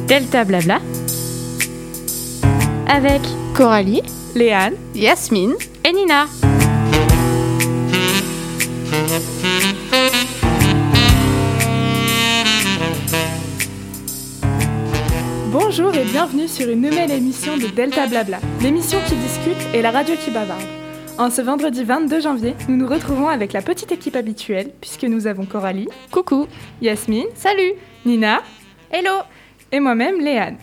Delta Blabla avec Coralie, Léane, Yasmine et Nina. bonjour et bienvenue sur une nouvelle émission de Delta Blabla, l'émission qui discute et la radio qui bavarde. En ce vendredi 22 janvier, nous nous retrouvons avec la petite équipe habituelle, puisque nous avons Coralie, coucou, Yasmine, salut, Nina, hello et moi-même Léane.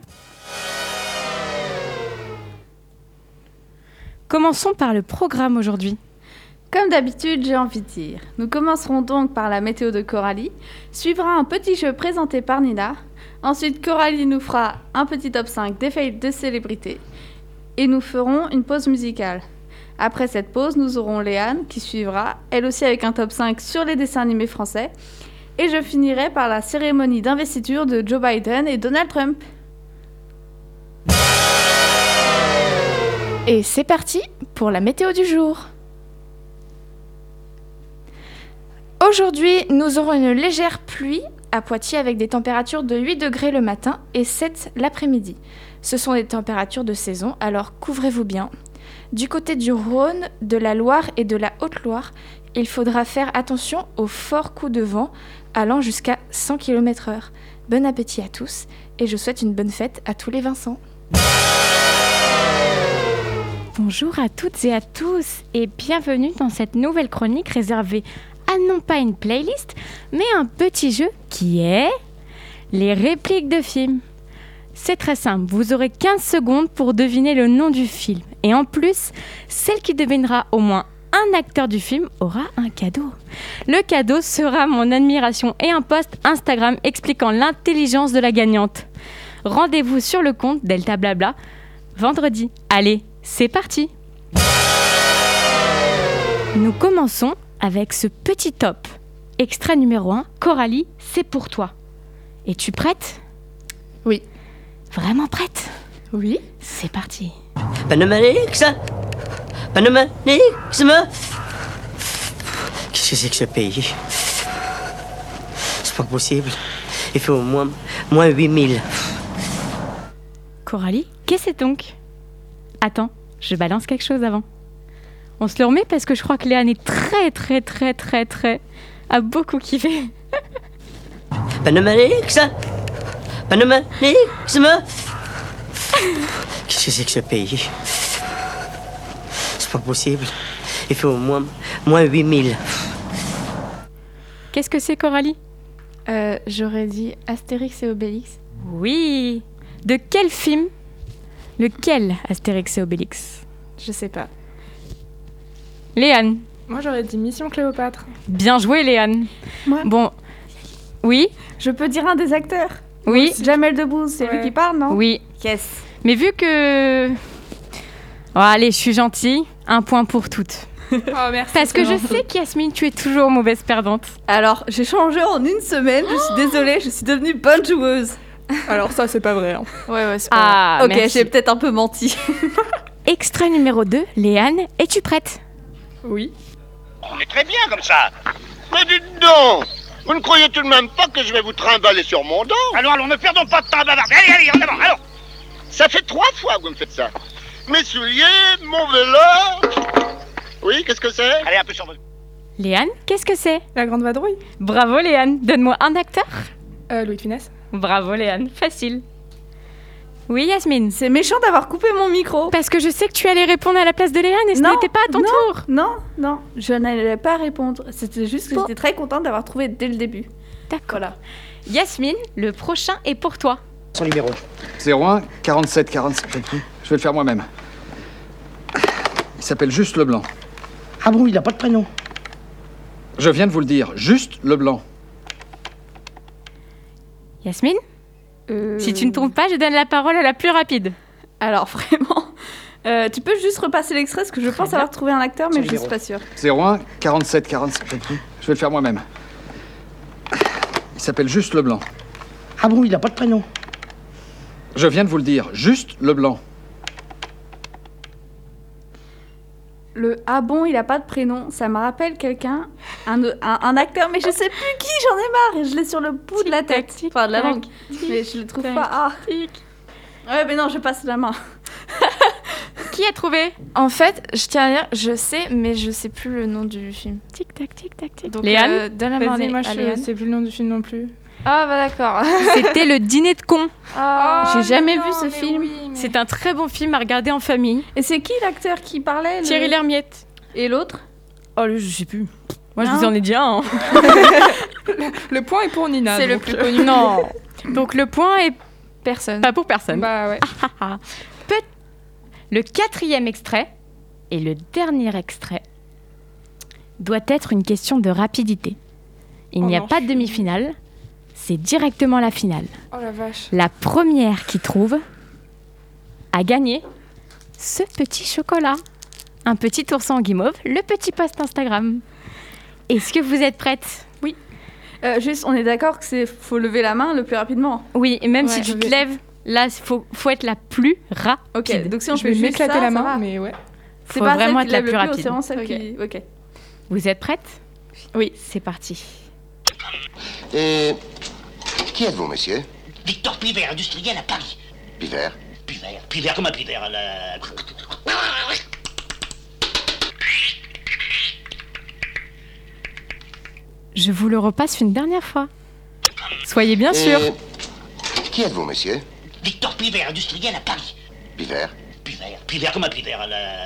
Commençons par le programme aujourd'hui. Comme d'habitude, j'ai envie de dire. Nous commencerons donc par la météo de Coralie, suivra un petit jeu présenté par Nina. Ensuite, Coralie nous fera un petit top 5 des faits de célébrités. Et nous ferons une pause musicale. Après cette pause, nous aurons Léane qui suivra, elle aussi avec un top 5 sur les dessins animés français. Et je finirai par la cérémonie d'investiture de Joe Biden et Donald Trump. Et c'est parti pour la météo du jour. Aujourd'hui, nous aurons une légère pluie à Poitiers avec des températures de 8 degrés le matin et 7 l'après-midi. Ce sont des températures de saison, alors couvrez-vous bien. Du côté du Rhône, de la Loire et de la Haute-Loire, il faudra faire attention aux forts coups de vent allant jusqu'à 100 km/h. Bon appétit à tous et je souhaite une bonne fête à tous les Vincent. Bonjour à toutes et à tous et bienvenue dans cette nouvelle chronique réservée à non pas une playlist, mais un petit jeu qui est les répliques de films. C'est très simple, vous aurez 15 secondes pour deviner le nom du film. Et en plus, celle qui devinera au moins un acteur du film aura un cadeau. Le cadeau sera mon admiration et un post Instagram expliquant l'intelligence de la gagnante. Rendez-vous sur le compte Delta Blabla vendredi. Allez, c'est parti! Nous commençons avec ce petit top. Extrait numéro 1, Coralie, c'est pour toi. Es-tu prête? Oui. Vraiment prête? Oui. C'est parti. Panamanix, qu'est-ce que c'est que ce pays? C'est pas possible. Il fait au moins 8000. Coralie, qu'est-ce que c'est donc? Attends, je balance quelque chose avant. On se le remet parce que je crois que Léane est très a beaucoup kiffé. Panamanix, qu'est-ce que c'est que ce pays? C'est pas possible. Il fait au moins 8000. Qu'est-ce que c'est, Coralie? J'aurais dit Astérix et Obélix. Oui. De quel film? Lequel Astérix et Obélix? Je sais pas. Léane. Moi j'aurais dit Mission Cléopâtre. Bien joué, Léane. Moi. Bon. Oui. Je peux dire un des acteurs? Oui. Jamel Debbouze, c'est lui qui parle, non? Oui. Yes. Mais vu que... Oh, allez, je suis gentille. Un point pour toutes. Oh merci. Parce que je sais qu'Yasmine, tu es toujours mauvaise perdante. Alors, j'ai changé en une semaine, je suis désolée, je suis devenue bonne joueuse. Alors ça c'est pas vrai. Hein. Ouais, c'est pas vrai. Ok, merci. j'ai peut-être un peu menti. Extrait numéro 2, Léane, es-tu prête? Oui. On est très bien comme ça. Mais dites donc, vous ne croyez tout de même pas que je vais vous trimballer sur mon dos? Alors, ne perdons pas de temps à bavarder. Allez, en avant, alors. Ça fait 3 fois que vous me faites ça. Mes souliers, mon vélo. Oui, qu'est-ce que c'est? Allez, un peu sur votre... Léane, qu'est-ce que c'est? La Grande Vadrouille. Bravo, Léane. Donne-moi un acteur. Louis de Funès. Bravo, Léane. Facile. Oui, Yasmine. C'est méchant d'avoir coupé mon micro. Parce que je sais que tu allais répondre à la place de Léane et ce n'était pas à ton tour. Non, je n'allais pas répondre. C'était juste que j'étais très contente d'avoir trouvé dès le début. D'accord. Voilà. Yasmine, le prochain est pour toi. Son numéro. 01 47 47. Je vais le faire moi-même. Il s'appelle Juste Leblanc. Ah bon, il n'a pas de prénom. Je viens de vous le dire, Juste Leblanc. Yasmine, si tu ne trompes pas, je donne la parole à la plus rapide. Alors vraiment, tu peux juste repasser l'extrait parce que je pense avoir trouvé un acteur, mais je ne suis pas sûre. 01 47 47. Je vais le faire moi-même. Il s'appelle Juste Leblanc. Ah bon, il n'a pas de prénom. Je viens de vous le dire, Juste Leblanc. Le « Ah bon, il a pas de prénom », ça me rappelle quelqu'un, un acteur, mais je sais plus qui, j'en ai marre, je l'ai sur le bout de la tête, enfin de la langue, mais je le trouve pas. Ah. Ouais, mais non, je passe la main. Qui a trouvé? En fait, je tiens à dire, je sais, mais je sais plus le nom du film. Tic tac tic tac tic. Donc, Léane, donne la main Vas-y, moi à je Léane. sais plus le nom du film non plus. Ah bah d'accord. c'était Le Dîner de cons. J'ai jamais vu ce film. C'est un très bon film à regarder en famille. Et c'est qui l'acteur qui parlait Thierry Lhermitte. Et l'autre? Oh, je sais plus. Moi, je Non. vous en ai dit un. Le point est pour Nina. C'est le donc, plus connu. Non. Donc le point est Personne. pas pour personne. Bah ouais. Le 4e extrait et le dernier extrait doit être une question de rapidité. Il n'y a non, pas de demi-finale, c'est directement la finale. Oh la vache. La première qui trouve a gagné ce petit chocolat. Un petit ourson en guimauve, le petit post Instagram. Est-ce que vous êtes prête? Oui. Juste, on est d'accord que faut lever la main le plus rapidement. Oui, et même Ouais, si tu je te vais- lèves, là, faut être la plus rapide. Ok, donc si on Je fait vais juste m'éclater ça, la ça main, va. mais ouais. Faut C'est pas vraiment celle être qui la lève plus le plus haut, rapide. c'est vraiment celle qui... Ok. Vous êtes prête? Oui, c'est parti. Et qui êtes-vous, monsieur? Victor Pivert, industriel à Paris. Pivert. Pivert comme un Pivert. Je vous le repasse une dernière fois. Soyez bien sûr. Et qui êtes-vous, monsieur? Victor Pivert, industriel à Paris. Pivert. Pivert comme un Pivert.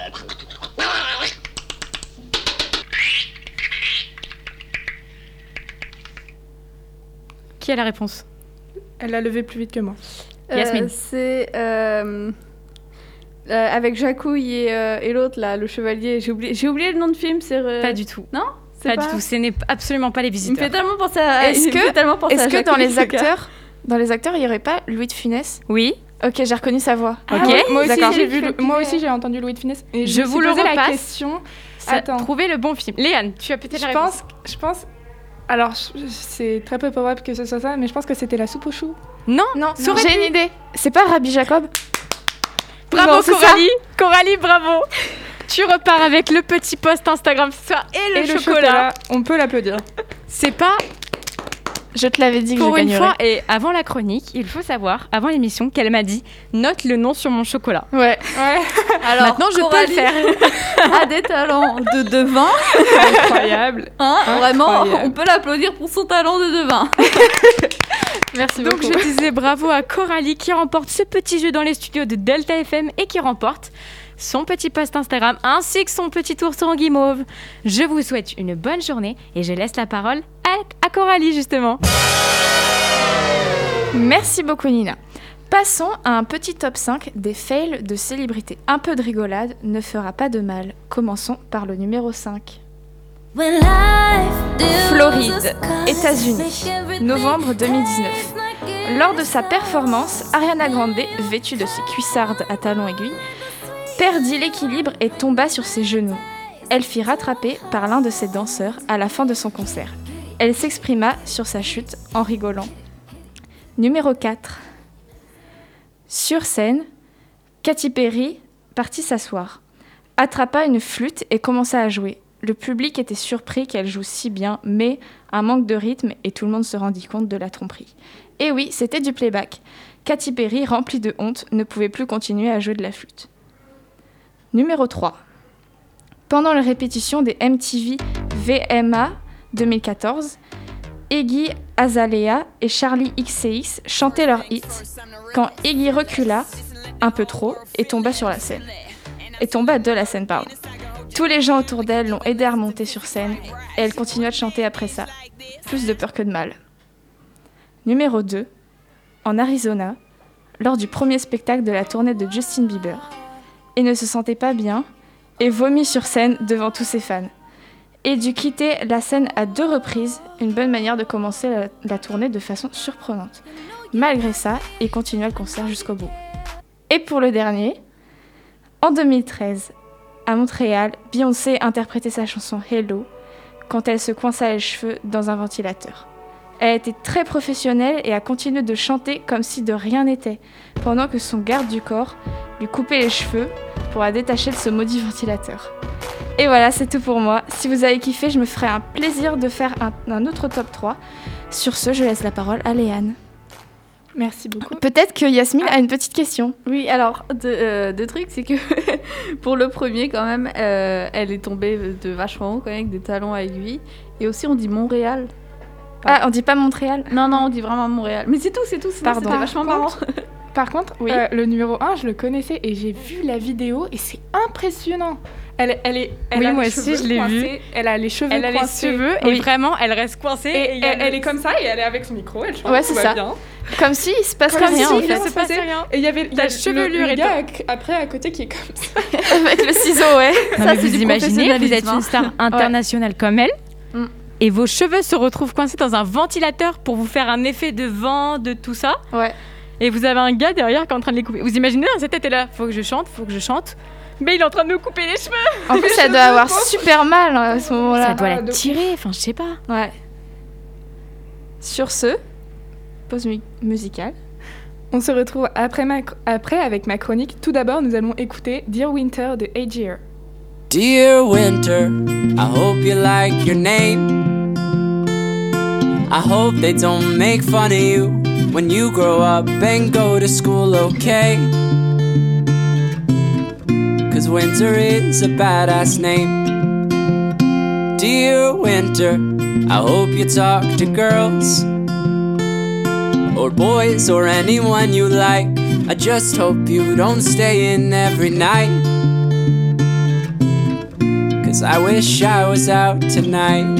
Qui a la réponse? Elle l'a levé plus vite que moi. Yasmine. C'est avec Jacouille et l'autre là, le chevalier. J'ai oublié le nom de film. C'est Pas du tout. Non, c'est Pas du tout. Ce n'est absolument pas Les Il me Visiteurs. fait tellement penser à. Est-ce il me fait tellement penser à Est-ce que Jacouille, dans les ce gars. acteurs, il y aurait pas Louis de Funès? Oui. Ok, j'ai reconnu sa voix. Ok. Ah ouais, moi aussi, d'accord. moi aussi j'ai entendu Louis de Funès. Et Je me vous suis le posé la repasse. question. Ça, Attends. trouvez le bon film. Léane, tu as peut-être la réponse. Je pense. Alors, c'est très peu probable que ce soit ça, mais je pense que c'était La Soupe aux choux. Non. Non, Ça aurait pu. j'ai une idée. C'est pas Rabbi Jacob? Bravo Non, c'est ça. Coralie. Coralie, bravo. Tu repars avec le petit post Instagram ce soir et le chocolat. On peut l'applaudir. C'est pas Je te l'avais dit que pour je une gagnerais. fois. Et avant la chronique, il faut savoir, avant l'émission, qu'elle m'a dit note le nom sur mon chocolat. Ouais. Ouais. Alors, Maintenant, je peux Coralie le faire. a des talents de devin. Incroyable. Hein, vraiment, Incroyable. on peut l'applaudir pour son talent de devin. Merci Donc beaucoup. je disais bravo à Coralie qui remporte ce petit jeu dans les studios de Delta FM et qui remporte son petit post Instagram ainsi que son petit ourson en guimauve. Je vous souhaite une bonne journée et je laisse la parole à Coralie justement. Merci beaucoup Nina. Passons à un petit top 5 des fails de célébrités. Un peu de rigolade ne fera pas de mal. Commençons par le numéro 5. Floride, États-Unis, novembre 2019. Lors de sa performance, Ariana Grande, vêtue de ses cuissardes à talons aiguilles, perdit l'équilibre et tomba sur ses genoux. Elle fit rattraper par l'un de ses danseurs à la fin de son concert. Elle s'exprima sur sa chute en rigolant. Numéro 4. Sur scène, Katy Perry partit s'asseoir, attrapa une flûte et commença à jouer. Le public était surpris qu'elle joue si bien, mais un manque de rythme et tout le monde se rendit compte de la tromperie. Et oui, c'était du playback. Katy Perry, remplie de honte, ne pouvait plus continuer à jouer de la flûte. Numéro 3. Pendant les répétitions des MTV VMA 2014, Iggy Azalea et Charlie XCX chantaient leur hit quand Iggy recula un peu trop et tomba sur la scène. Et tomba de la scène, pardon. Tous les gens autour d'elle l'ont aidée à remonter sur scène et elle continua de chanter après ça. Plus de peur que de mal. Numéro 2. En Arizona, lors du premier spectacle de la tournée de Justin Bieber, il ne se sentait pas bien et vomit sur scène devant tous ses fans. Et dut quitter la scène à 2 reprises, une bonne manière de commencer la tournée de façon surprenante. Malgré ça, il continua le concert jusqu'au bout. Et pour le dernier, en 2013, à Montréal, Beyoncé interprétait sa chanson Hello quand elle se coinça les cheveux dans un ventilateur. Elle a été très professionnelle et a continué de chanter comme si de rien n'était, pendant que son garde du corps lui coupait les cheveux pour la détacher de ce maudit ventilateur. Et voilà, c'est tout pour moi. Si vous avez kiffé, je me ferai un plaisir de faire un autre top 3. Sur ce, je laisse la parole à Léane. Merci beaucoup. Peut-être que Yasmine a une petite question. Oui, alors, deux trucs, c'est que pour le premier, quand même, elle est tombée de vachement haut, quand même, avec des talons à aiguilles. Et aussi, on dit Montréal. Ah, on dit pas Montréal? Non, on dit vraiment Montréal. Mais c'est tout, sinon Pardon. c'était vachement marrant. Par contre, Oui. le numéro 1, je le connaissais et j'ai vu la vidéo et c'est impressionnant. Elle Oui, a moi les aussi, cheveux je l'ai coincés, vu. Elle a les cheveux Elle a les coincés. cheveux et vraiment, elle reste coincée. Et il y a elle est comme ça et elle est avec son micro, elle chante, Ouais, tout c'est va ça. bien. Comme si il se passerait Comme rien si en il fait. se passait rien. Et il y avait La chevelure le et gars après à côté qui est comme ça. Avec le ciseau, ouais. Non, mais vous imaginez, vous êtes une star internationale comme elle, Mm. et vos cheveux se retrouvent coincés dans un ventilateur pour vous faire un effet de vent, de tout ça. Ouais. Et vous avez un gars derrière qui est en train de les couper. Vous imaginez, dans cette tête, elle est là, faut que je chante. Mais il est en train de me couper les cheveux. En plus, ça doit avoir super mal à ce moment-là. Ça doit la de tirer, enfin, je sais pas. Ouais. Sur ce, pause musicale. On se retrouve après avec ma chronique. Tout d'abord, nous allons écouter Dear Winter de AGR. Dear Winter, I hope you like your name. I hope they don't make fun of you when you grow up and go to school, okay? 'Cause winter is a badass name. Dear Winter, I hope you talk to girls or boys or anyone you like. I just hope you don't stay in every night, 'cause I wish I was out tonight.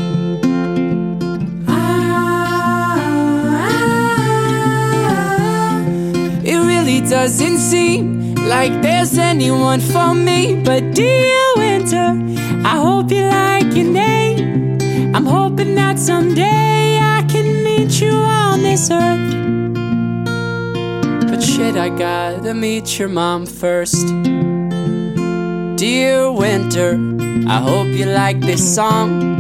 It really doesn't seem like there's anyone for me. But dear Winter, I hope you like your name. I'm hoping that someday I can meet you on this earth. But shit, I gotta meet your mom first. Dear Winter, I hope you like this song.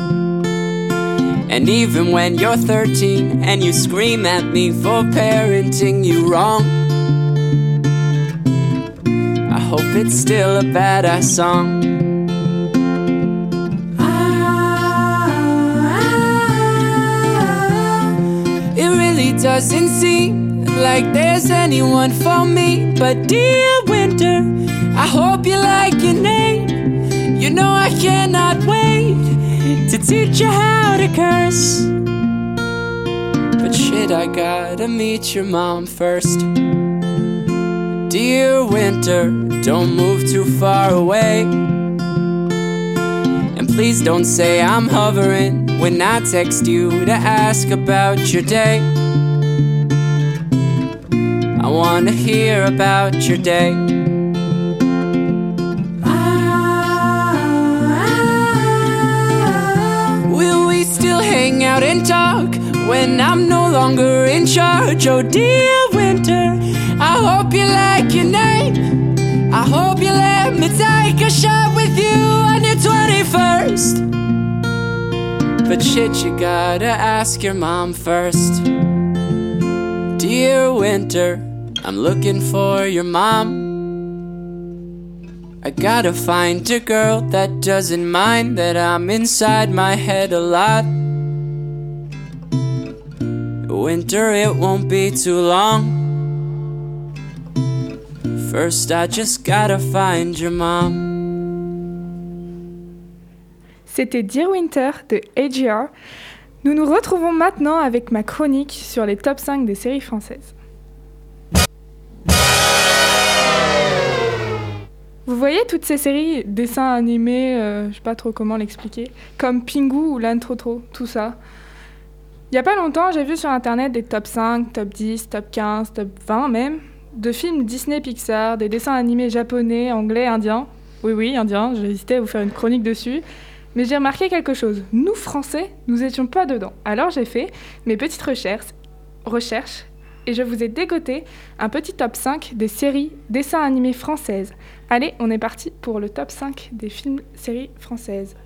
And even when you're 13 and you scream at me for parenting you wrong, I hope it's still a badass song. It really doesn't seem like there's anyone for me. But dear Winter, I hope you like your name. You know I cannot wait to teach you how to curse. But shit, I gotta meet your mom first. Dear Winter, don't move too far away. And please don't say I'm hovering when I text you to ask about your day. I wanna hear about your day. Will we still hang out and talk when I'm no longer in charge? Oh dear Winter, I hope you like your name. I hope you let me take a shot with you on your 21st. But shit, you gotta ask your mom first. Dear Winter, I'm looking for your mom. I gotta find a girl that doesn't mind that I'm inside my head a lot. Winter, it won't be too long. First, I just gotta find your mom. C'était Dear Winter de AGR. Nous nous retrouvons maintenant avec ma chronique sur les top 5 des séries françaises. Vous voyez toutes ces séries, dessins animés, je sais pas trop comment l'expliquer, comme Pingu ou L'Âne Trotro, tout ça. Il y a pas longtemps, j'ai vu sur internet des top 5, top 10, top 15, top 20 même, de films Disney Pixar, des dessins animés japonais, anglais, indiens. Oui, indiens, j'ai hésité à vous faire une chronique dessus. Mais j'ai remarqué quelque chose. Nous, Français, nous étions pas dedans. Alors j'ai fait mes petites recherches et je vous ai dégoté un petit top 5 des séries dessins animés françaises. Allez, on est parti pour le top 5 des films séries françaises.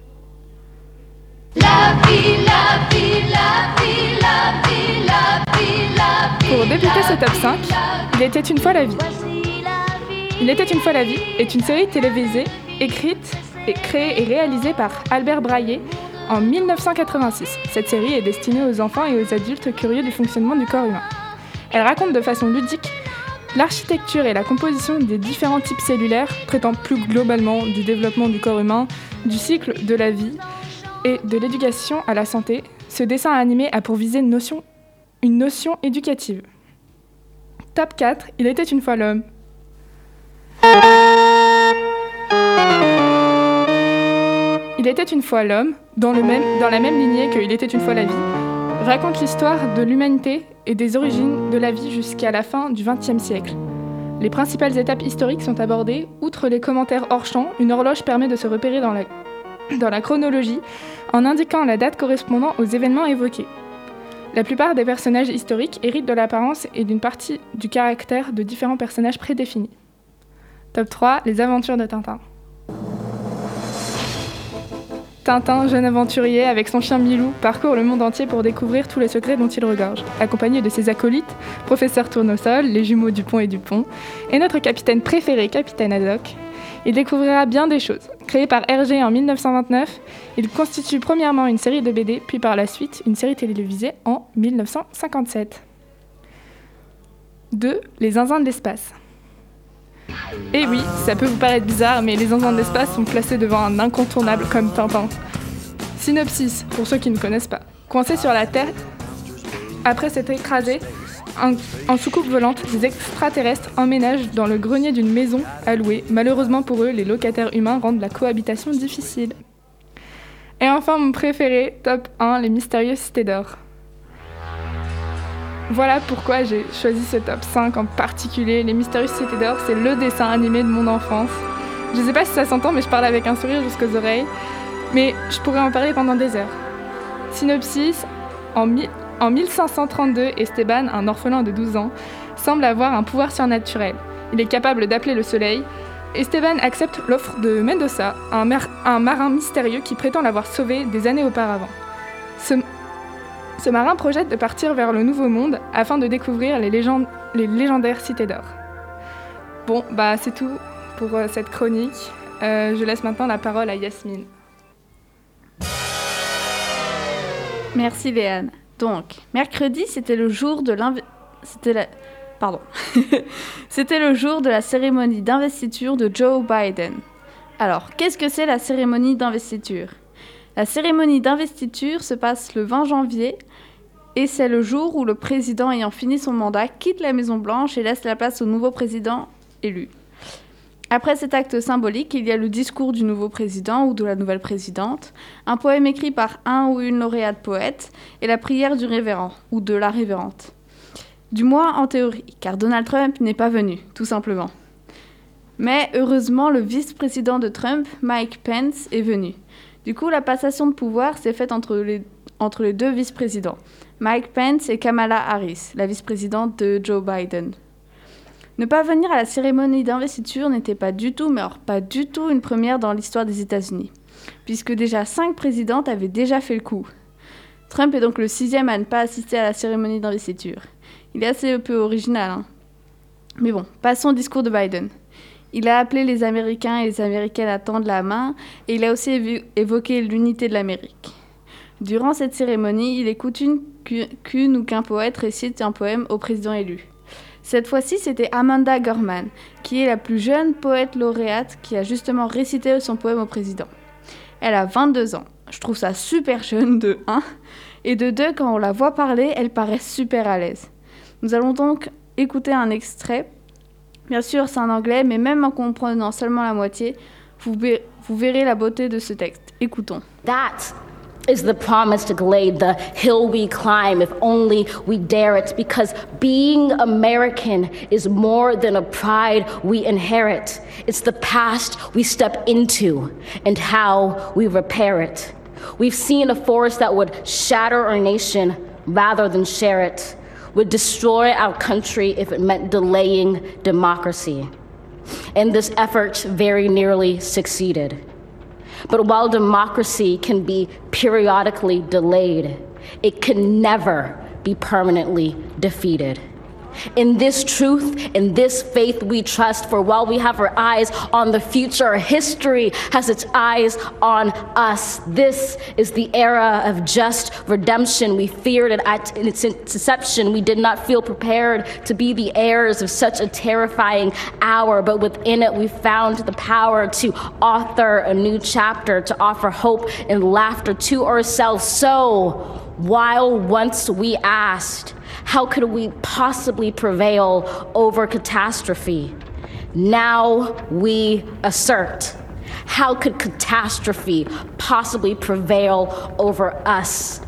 Pour débuter ce top 5, il était une fois la vie. Il était une fois la vie est une série télévisée écrite et créée et réalisée par Albert Braillet en 1986. Cette série est destinée aux enfants et aux adultes curieux du fonctionnement du corps humain. Elle raconte de façon ludique l'architecture et la composition des différents types cellulaires, traitant plus globalement du développement du corps humain, du cycle de la vie et de l'éducation à la santé. Ce dessin animé a pour visée une notion éducative. Top 4, Il était une fois l'homme. Il était une fois l'homme, dans la même lignée que Il était une fois la vie, raconte l'histoire de l'humanité et des origines de la vie jusqu'à la fin du XXe siècle. Les principales étapes historiques sont abordées. Outre les commentaires hors champ, une horloge permet de se repérer dans la chronologie en indiquant la date correspondant aux événements évoqués. La plupart des personnages historiques héritent de l'apparence et d'une partie du caractère de différents personnages prédéfinis. Top 3, Les aventures de Tintin. Tintin, jeune aventurier, avec son chien Milou, parcourt le monde entier pour découvrir tous les secrets dont il regorge, accompagné de ses acolytes, professeur Tournesol, les jumeaux Dupont et Dupont, et notre capitaine préféré, capitaine Haddock. Il découvrira bien des choses. Créé par Hergé en 1929, il constitue premièrement une série de BD, puis par la suite une série télévisée en 1957. 2. Les zinzins de l'espace. Et oui, ça peut vous paraître bizarre, mais les zinzins de l'espace sont placés devant un incontournable comme Tintin. Synopsis, pour ceux qui ne connaissent pas. Coincés sur la Terre, après s'être écrasés en soucoupe volante, des extraterrestres emménagent dans le grenier d'une maison à louer. Malheureusement pour eux, les locataires humains rendent la cohabitation difficile. Et enfin, mon préféré, top 1, Les mystérieuses cités d'or. Voilà pourquoi j'ai choisi ce top 5 en particulier. Les mystérieuses cités d'or, c'est le dessin animé de mon enfance. Je sais pas si ça s'entend, mais je parle avec un sourire jusqu'aux oreilles. Mais je pourrais en parler pendant des heures. Synopsis, en 1532, Esteban, un orphelin de 12 ans, semble avoir un pouvoir surnaturel. Il est capable d'appeler le soleil. Esteban accepte l'offre de Mendoza, un marin mystérieux qui prétend l'avoir sauvé des années auparavant. Ce marin projette de partir vers le Nouveau Monde afin de découvrir les légendaires cités d'or. Bon, c'est tout pour cette chronique. Je laisse maintenant la parole à Yasmine. Merci Léane. Donc, mercredi, c'était le jour de C'était le jour de la cérémonie d'investiture de Joe Biden. Alors, qu'est-ce que c'est la cérémonie d'investiture ? La cérémonie d'investiture se passe le 20 janvier et c'est le jour où le président ayant fini son mandat quitte la Maison-Blanche et laisse la place au nouveau président élu. Après cet acte symbolique, il y a le discours du nouveau président ou de la nouvelle présidente, un poème écrit par un ou une lauréate poète et la prière du révérend ou de la révérente. Du moins en théorie, car Donald Trump n'est pas venu, tout simplement. Mais heureusement, le vice-président de Trump, Mike Pence, est venu. Du coup, la passation de pouvoir s'est faite entre les deux vice-présidents, Mike Pence et Kamala Harris, la vice-présidente de Joe Biden. Ne pas venir à la cérémonie d'investiture n'était pas du tout une première dans l'histoire des États-Unis, puisque déjà 5 présidentes avaient déjà fait le coup. Trump est donc le 6e à ne pas assister à la cérémonie d'investiture. Il est assez peu original, hein. Mais bon, passons au discours de Biden. Il a appelé les Américains et les Américaines à tendre la main et il a aussi évoqué l'unité de l'Amérique. Durant cette cérémonie, il est coutume qu'une ou qu'un poète récite un poème au président élu. Cette fois-ci, c'était Amanda Gorman, qui est la plus jeune poète lauréate qui a justement récité son poème au président. Elle a 22 ans. Je trouve ça super jeune, de 1. Et de 2, quand on la voit parler, elle paraît super à l'aise. Nous allons donc écouter un extrait. Bien sûr, c'est en anglais, mais même en comprenant seulement la moitié, vous verrez la beauté de ce texte. Écoutons. That is the promised glade, the hill we climb if only we dare it, because being American is more than a pride we inherit. It's the past we step into and how we repair it. We've seen a force that would shatter our nation rather than share it, would destroy our country if it meant delaying democracy. And this effort very nearly succeeded. But while democracy can be periodically delayed, it can never be permanently defeated. In this truth, in this faith we trust, for while we have our eyes on the future, history has its eyes on us. This is the era of just redemption. We feared it at its inception. We did not feel prepared to be the heirs of such a terrifying hour, but within it we found the power to author a new chapter, to offer hope and laughter to ourselves. So, while once we asked, how could we possibly prevail over catastrophe? Now we assert, how could catastrophe possibly prevail over us?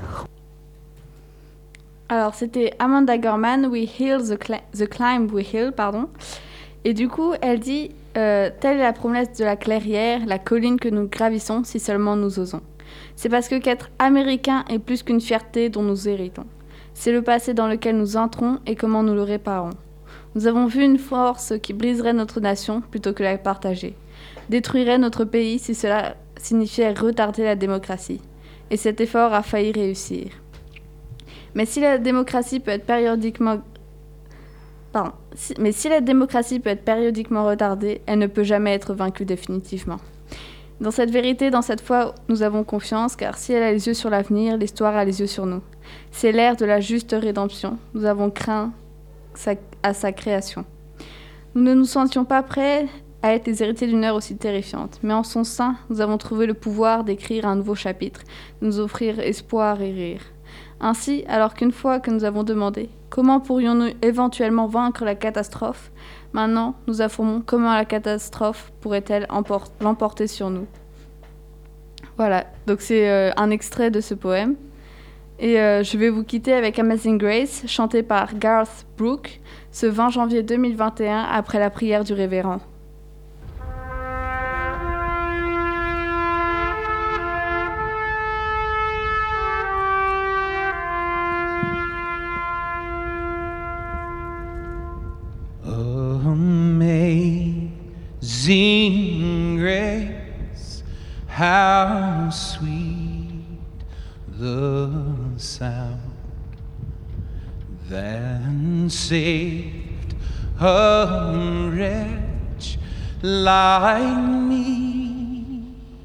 Alors, c'était Amanda Gorman, We Heal the Climb We Heal, pardon. Et du coup, elle dit telle est la promesse de la clairière, la colline que nous gravissons si seulement nous osons. C'est parce que qu'être américain est plus qu'une fierté dont nous héritons. C'est le passé dans lequel nous entrons et comment nous le réparons. Nous avons vu une force qui briserait notre nation plutôt que la partager, détruirait notre pays si cela signifiait retarder la démocratie. Et cet effort a failli réussir. Mais si la démocratie peut être périodiquement retardée, elle ne peut jamais être vaincue définitivement. Dans cette vérité, dans cette foi, nous avons confiance, car si elle a les yeux sur l'avenir, l'histoire a les yeux sur nous. C'est l'ère de la juste rédemption. Nous avons craint à sa création. Nous ne nous sentions pas prêts à être les héritiers d'une heure aussi terrifiante, mais en son sein, nous avons trouvé le pouvoir d'écrire un nouveau chapitre, de nous offrir espoir et rire. Ainsi, alors qu'une fois que nous avons demandé comment pourrions-nous éventuellement vaincre la catastrophe, maintenant nous affirmons comment la catastrophe pourrait-elle l'emporter sur nous. Voilà, donc c'est un extrait de ce poème. Et je vais vous quitter avec Amazing Grace, chanté par Garth Brooks, ce 20 janvier 2021, après la prière du révérend. Amazing grace, how sweet the sound that saved a wretch like me.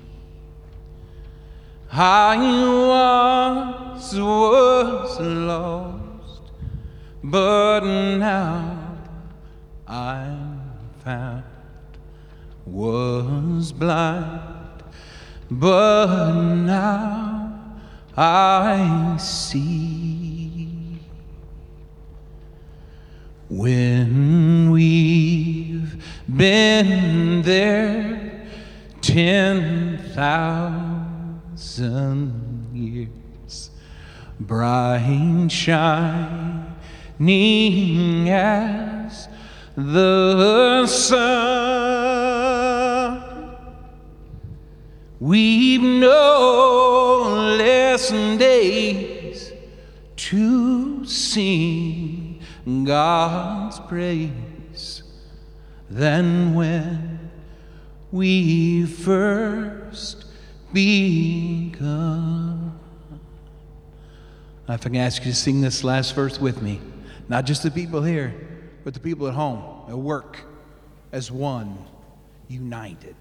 I once was lost, but now I'm found. Was blind, but now I see. When we've been there 10,000 years, bright shining as the sun, we've no less days to sing God's praise than when we first begun. If I can ask you to sing this last verse with me, not just the people here, but the people at home, at work, as one, united.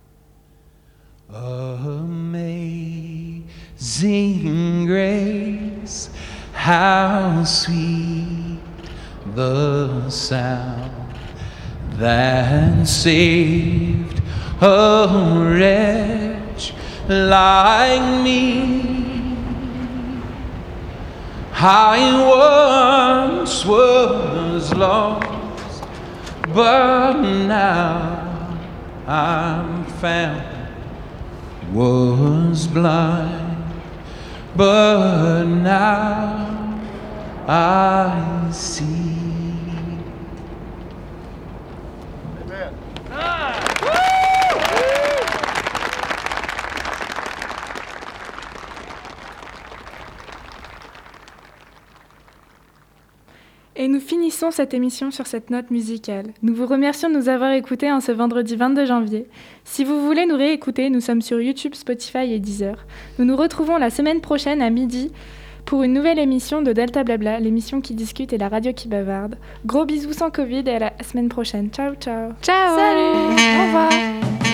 Amazing grace, how sweet the sound that saved a wretch like me. I once was lost, but now I'm found. Was blind, but now I see. Et nous finissons cette émission sur cette note musicale. Nous vous remercions de nous avoir écoutés en ce vendredi 22 janvier. Si vous voulez nous réécouter, nous sommes sur YouTube, Spotify et Deezer. Nous nous retrouvons la semaine prochaine à midi pour une nouvelle émission de Delta Blabla, l'émission qui discute et la radio qui bavarde. Gros bisous sans Covid et à la semaine prochaine. Ciao, ciao. Ciao. Salut. Au revoir.